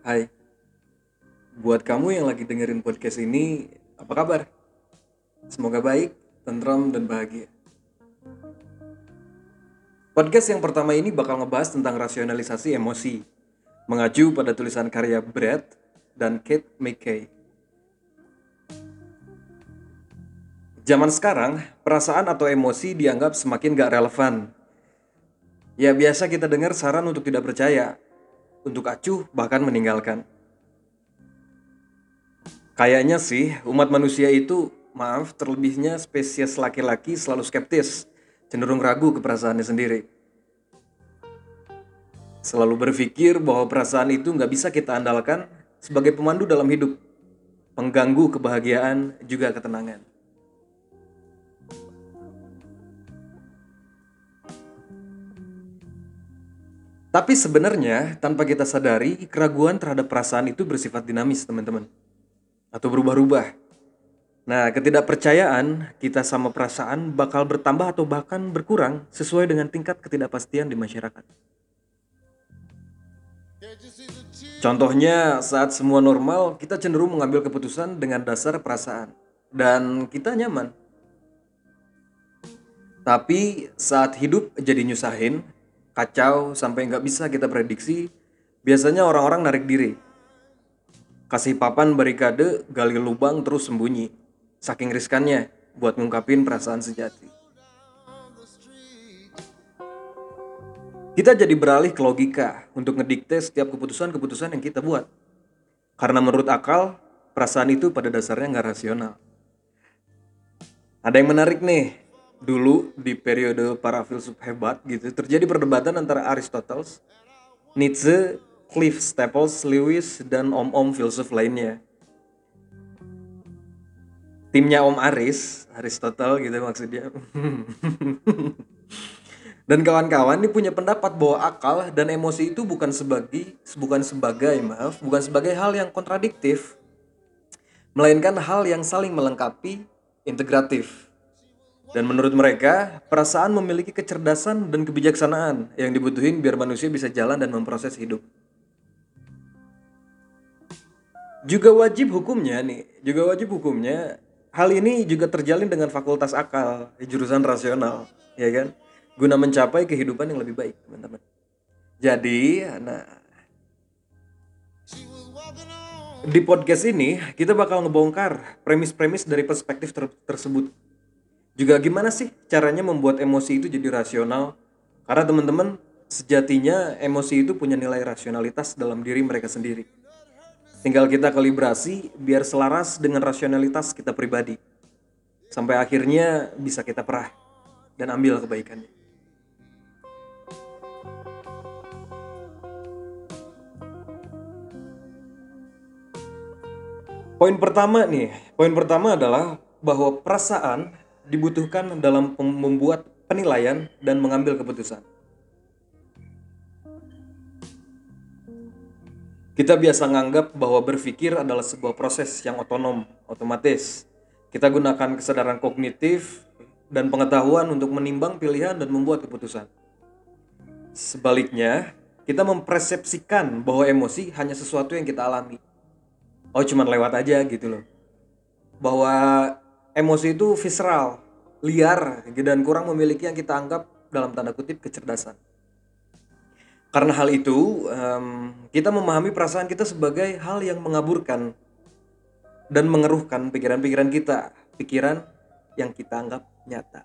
Hai, buat kamu yang lagi dengerin podcast ini, apa kabar? Semoga baik, tentram, dan bahagia. Podcast yang pertama ini bakal ngebahas tentang rasionalisasi emosi, mengacu pada tulisan karya Brad dan Kate McKay. Zaman sekarang, perasaan atau emosi dianggap semakin gak relevan. Ya biasa kita dengar saran untuk tidak percaya, untuk acuh, bahkan meninggalkan. Kayaknya sih umat manusia itu, maaf, terlebihnya spesies laki-laki selalu skeptis, cenderung ragu ke perasaannya sendiri. Selalu berpikir bahwa perasaan itu nggak bisa kita andalkan sebagai pemandu dalam hidup, pengganggu kebahagiaan juga ketenangan. Tapi sebenarnya tanpa kita sadari, keraguan terhadap perasaan itu bersifat dinamis, teman-teman, atau berubah-ubah. Nah, ketidakpercayaan kita sama perasaan bakal bertambah atau bahkan berkurang sesuai dengan tingkat ketidakpastian di masyarakat. Contohnya, saat semua normal, kita cenderung mengambil keputusan dengan dasar perasaan. Dan kita nyaman. Tapi saat hidup jadi nyusahin, kacau sampai nggak bisa kita prediksi, biasanya orang-orang narik diri. Kasih papan barikade, gali lubang terus sembunyi. Saking riskannya buat ngungkapin perasaan sejati. Kita jadi beralih ke logika untuk ngedikte setiap keputusan-keputusan yang kita buat. Karena menurut akal, perasaan itu pada dasarnya nggak rasional. Ada yang menarik nih. Dulu di periode para filsuf hebat gitu, terjadi perdebatan antara Aristoteles, Nietzsche, Cliff Staples, Lewis, dan om-om filsuf lainnya. Timnya Om Aris, Aristotle gitu maksudnya. Dan kawan-kawan ini punya pendapat bahwa akal dan emosi itu bukan sebagai hal yang kontradiktif, melainkan hal yang saling melengkapi, integratif. Dan menurut mereka, perasaan memiliki kecerdasan dan kebijaksanaan yang dibutuhin biar manusia bisa jalan dan memproses hidup. Juga wajib hukumnya, hal ini juga terjalin dengan fakultas akal, jurusan rasional, ya kan? Guna mencapai kehidupan yang lebih baik, teman-teman. Jadi, nah, di podcast ini kita bakal ngebongkar premis-premis dari perspektif tersebut. Juga gimana sih caranya membuat emosi itu jadi rasional? Karena teman-teman, sejatinya emosi itu punya nilai rasionalitas dalam diri mereka sendiri. Tinggal kita kalibrasi biar selaras dengan rasionalitas kita pribadi. Sampai akhirnya bisa kita perah dan ambil kebaikannya. Poin pertama adalah bahwa perasaan dibutuhkan dalam membuat penilaian dan mengambil keputusan. Kita biasa nganggap bahwa berpikir adalah sebuah proses yang otonom, otomatis. Kita gunakan kesadaran kognitif dan pengetahuan untuk menimbang pilihan dan membuat keputusan. Sebaliknya, kita mempersepsikan bahwa emosi hanya sesuatu yang kita alami. Oh, cuman lewat aja gitu loh. Bahwa emosi itu visceral, liar, dan kurang memiliki yang kita anggap dalam tanda kutip kecerdasan. Karena hal itu, kita memahami perasaan kita sebagai hal yang mengaburkan dan mengeruhkan pikiran-pikiran kita, pikiran yang kita anggap nyata.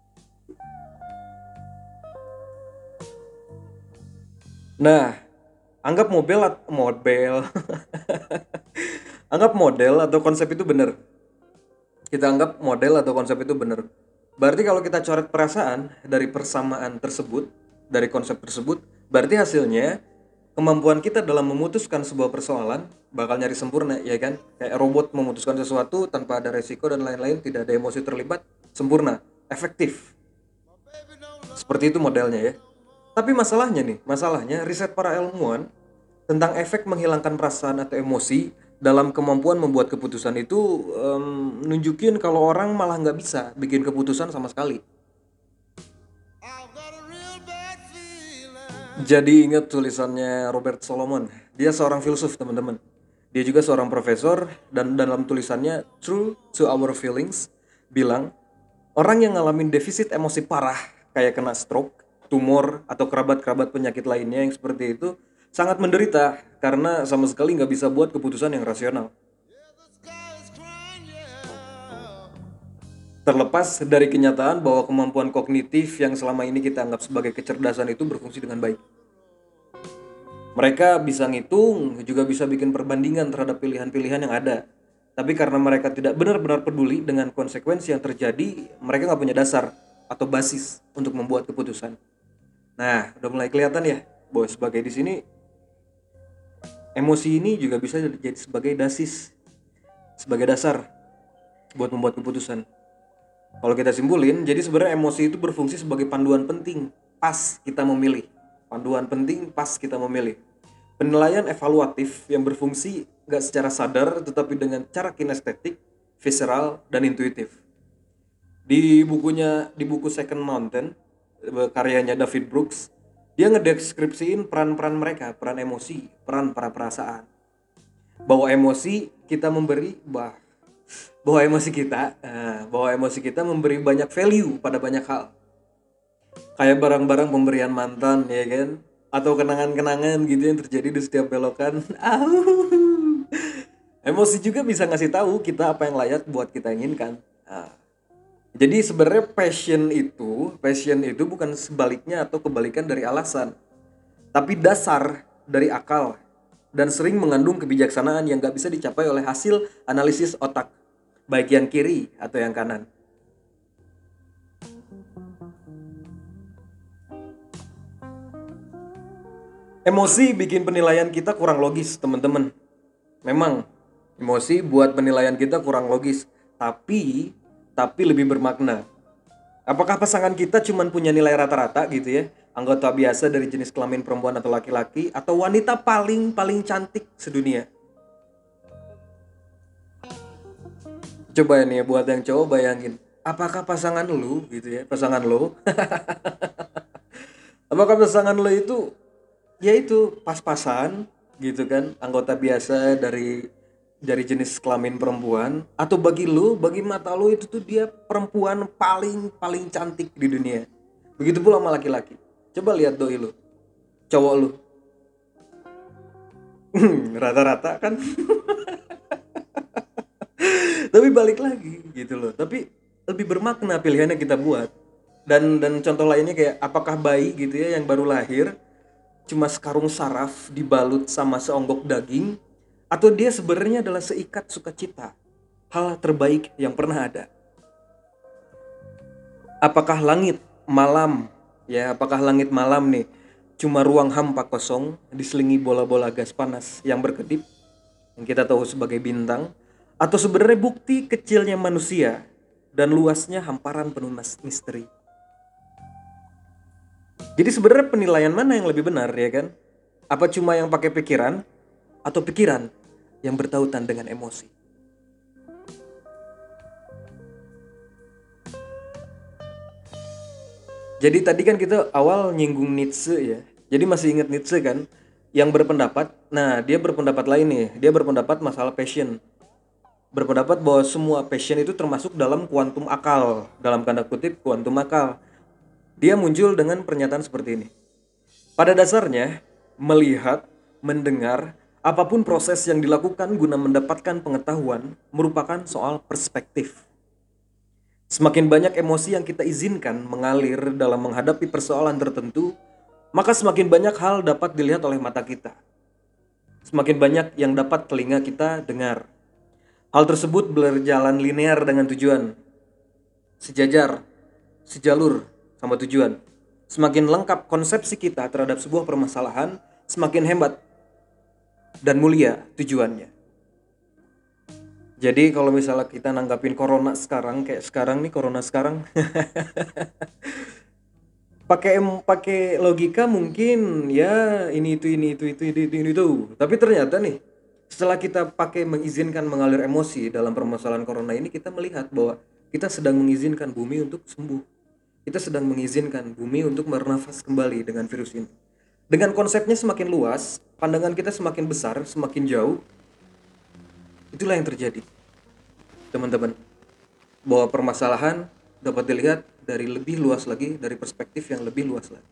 Nah, anggap model anggap model atau konsep itu benar. Kita anggap model atau konsep itu benar. Berarti kalau kita coret perasaan dari persamaan tersebut, dari konsep tersebut, berarti hasilnya kemampuan kita dalam memutuskan sebuah persoalan bakal nyari sempurna, ya kan? Kayak robot memutuskan sesuatu tanpa ada resiko dan lain-lain, tidak ada emosi terlibat, sempurna, efektif. Seperti itu modelnya ya. Tapi masalahnya riset para ilmuwan tentang efek menghilangkan perasaan atau emosi dalam kemampuan membuat keputusan itu nunjukin kalau orang malah nggak bisa bikin keputusan sama sekali. Jadi ingat tulisannya Robert Solomon. Dia seorang filsuf, teman-teman. Dia juga seorang profesor dan dalam tulisannya True to Our Feelings bilang orang yang ngalamin defisit emosi parah kayak kena stroke, tumor atau kerabat-kerabat penyakit lainnya yang seperti itu sangat menderita karena sama sekali nggak bisa buat keputusan yang rasional. Terlepas dari kenyataan bahwa kemampuan kognitif yang selama ini kita anggap sebagai kecerdasan itu berfungsi dengan baik. Mereka bisa ngitung, juga bisa bikin perbandingan terhadap pilihan-pilihan yang ada. Tapi karena mereka tidak benar-benar peduli dengan konsekuensi yang terjadi, mereka nggak punya dasar atau basis untuk membuat keputusan. Nah, udah mulai kelihatan ya, bahwa sebagai di sini emosi ini juga bisa jadi sebagai sebagai dasar buat membuat keputusan. Kalau kita simpulin, jadi sebenarnya emosi itu berfungsi sebagai panduan penting pas kita memilih. Panduan penting pas kita memilih. Penilaian evaluatif yang berfungsi nggak secara sadar tetapi dengan cara kinestetik, visceral, dan intuitif. Di buku Second Mountain, karyanya David Brooks, dia ngedeskripsiin peran-peran mereka, peran emosi, peran para perasaan. Bahwa emosi kita memberi bahwa emosi kita bahwa emosi kita memberi banyak value pada banyak hal, kayak barang-barang pemberian mantan ya kan, atau kenangan-kenangan gitu yang terjadi di setiap belokan. Emosi juga bisa ngasih tahu kita apa yang layak buat kita inginkan. Jadi sebenarnya passion itu bukan sebaliknya atau kebalikan dari alasan, tapi dasar dari akal dan sering mengandung kebijaksanaan yang gak bisa dicapai oleh hasil analisis otak, baik yang kiri atau yang kanan. Emosi bikin penilaian kita kurang logis, teman-teman. Memang, emosi buat penilaian kita kurang logis, tapi lebih bermakna. Apakah pasangan kita cuma punya nilai rata-rata gitu ya? Anggota biasa dari jenis kelamin perempuan atau laki-laki atau wanita paling paling cantik sedunia? Coba nih ya buat yang cowok bayangin, apakah pasangan lu gitu ya, pasangan lo, apakah pasangan lo itu ya itu pas-pasan gitu kan, anggota biasa dari jenis kelamin perempuan, atau bagi lu, bagi mata lu itu tuh dia perempuan paling paling cantik di dunia. Begitu pula sama laki-laki. Coba lihat doi lu, cowok lu. Rata-rata kan. Tapi balik lagi gitu loh. Tapi lebih bermakna pilihan yang kita buat. Dan contoh lainnya kayak apakah bayi gitu ya yang baru lahir cuma sekarung saraf dibalut sama seonggok daging, atau dia sebenarnya adalah seikat sukacita, hal terbaik yang pernah ada. Apakah langit malam, apakah langit malam nih cuma ruang hampa kosong diselingi bola-bola gas panas yang berkedip yang kita tahu sebagai bintang, atau sebenarnya bukti kecilnya manusia dan luasnya hamparan penuh misteri. Jadi sebenarnya penilaian mana yang lebih benar ya kan? Apa cuma yang pakai pikiran atau pikiran yang bertautan dengan emosi? Jadi tadi kan kita awal nyinggung Nietzsche ya. Jadi masih ingat Nietzsche kan? Yang berpendapat, nah dia berpendapat lain nih. Dia berpendapat masalah passion. Berpendapat bahwa semua passion itu termasuk dalam kuantum akal. Dalam tanda kutip kuantum akal. Dia muncul dengan pernyataan seperti ini. Pada dasarnya, melihat, mendengar, apapun proses yang dilakukan guna mendapatkan pengetahuan merupakan soal perspektif. Semakin banyak emosi yang kita izinkan mengalir dalam menghadapi persoalan tertentu, maka semakin banyak hal dapat dilihat oleh mata kita. Semakin banyak yang dapat telinga kita dengar. Hal tersebut berjalan linear dengan tujuan, sejajar, sejalur sama tujuan. Semakin lengkap konsepsi kita terhadap sebuah permasalahan, semakin hebat dan mulia tujuannya. Jadi kalau misalnya kita nanggapin corona sekarang, kayak sekarang nih corona sekarang, pakai logika mungkin ya ini itu. Tapi ternyata nih setelah kita pakai mengizinkan mengalir emosi dalam permasalahan corona ini, kita melihat bahwa kita sedang mengizinkan bumi untuk sembuh. Kita sedang mengizinkan bumi untuk bernafas kembali dengan virus ini. Dengan konsepnya semakin luas, pandangan kita semakin besar, semakin jauh, itulah yang terjadi, teman-teman. Bahwa permasalahan dapat dilihat dari lebih luas lagi, dari perspektif yang lebih luas lagi.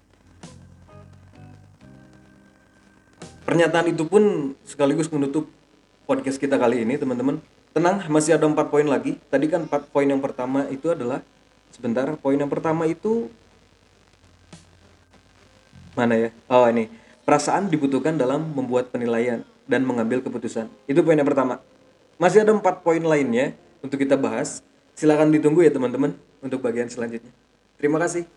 Pernyataan itu pun sekaligus menutup podcast kita kali ini, teman-teman. Tenang, masih ada 4 poin lagi. Tadi kan 4 poin yang pertama itu adalah, sebentar, poin yang pertama itu mana ya? Oh ini, perasaan dibutuhkan dalam membuat penilaian dan mengambil keputusan. Itu poin yang pertama. Masih ada 4 poin lainnya untuk kita bahas. Silakan ditunggu ya teman-teman untuk bagian selanjutnya. Terima kasih.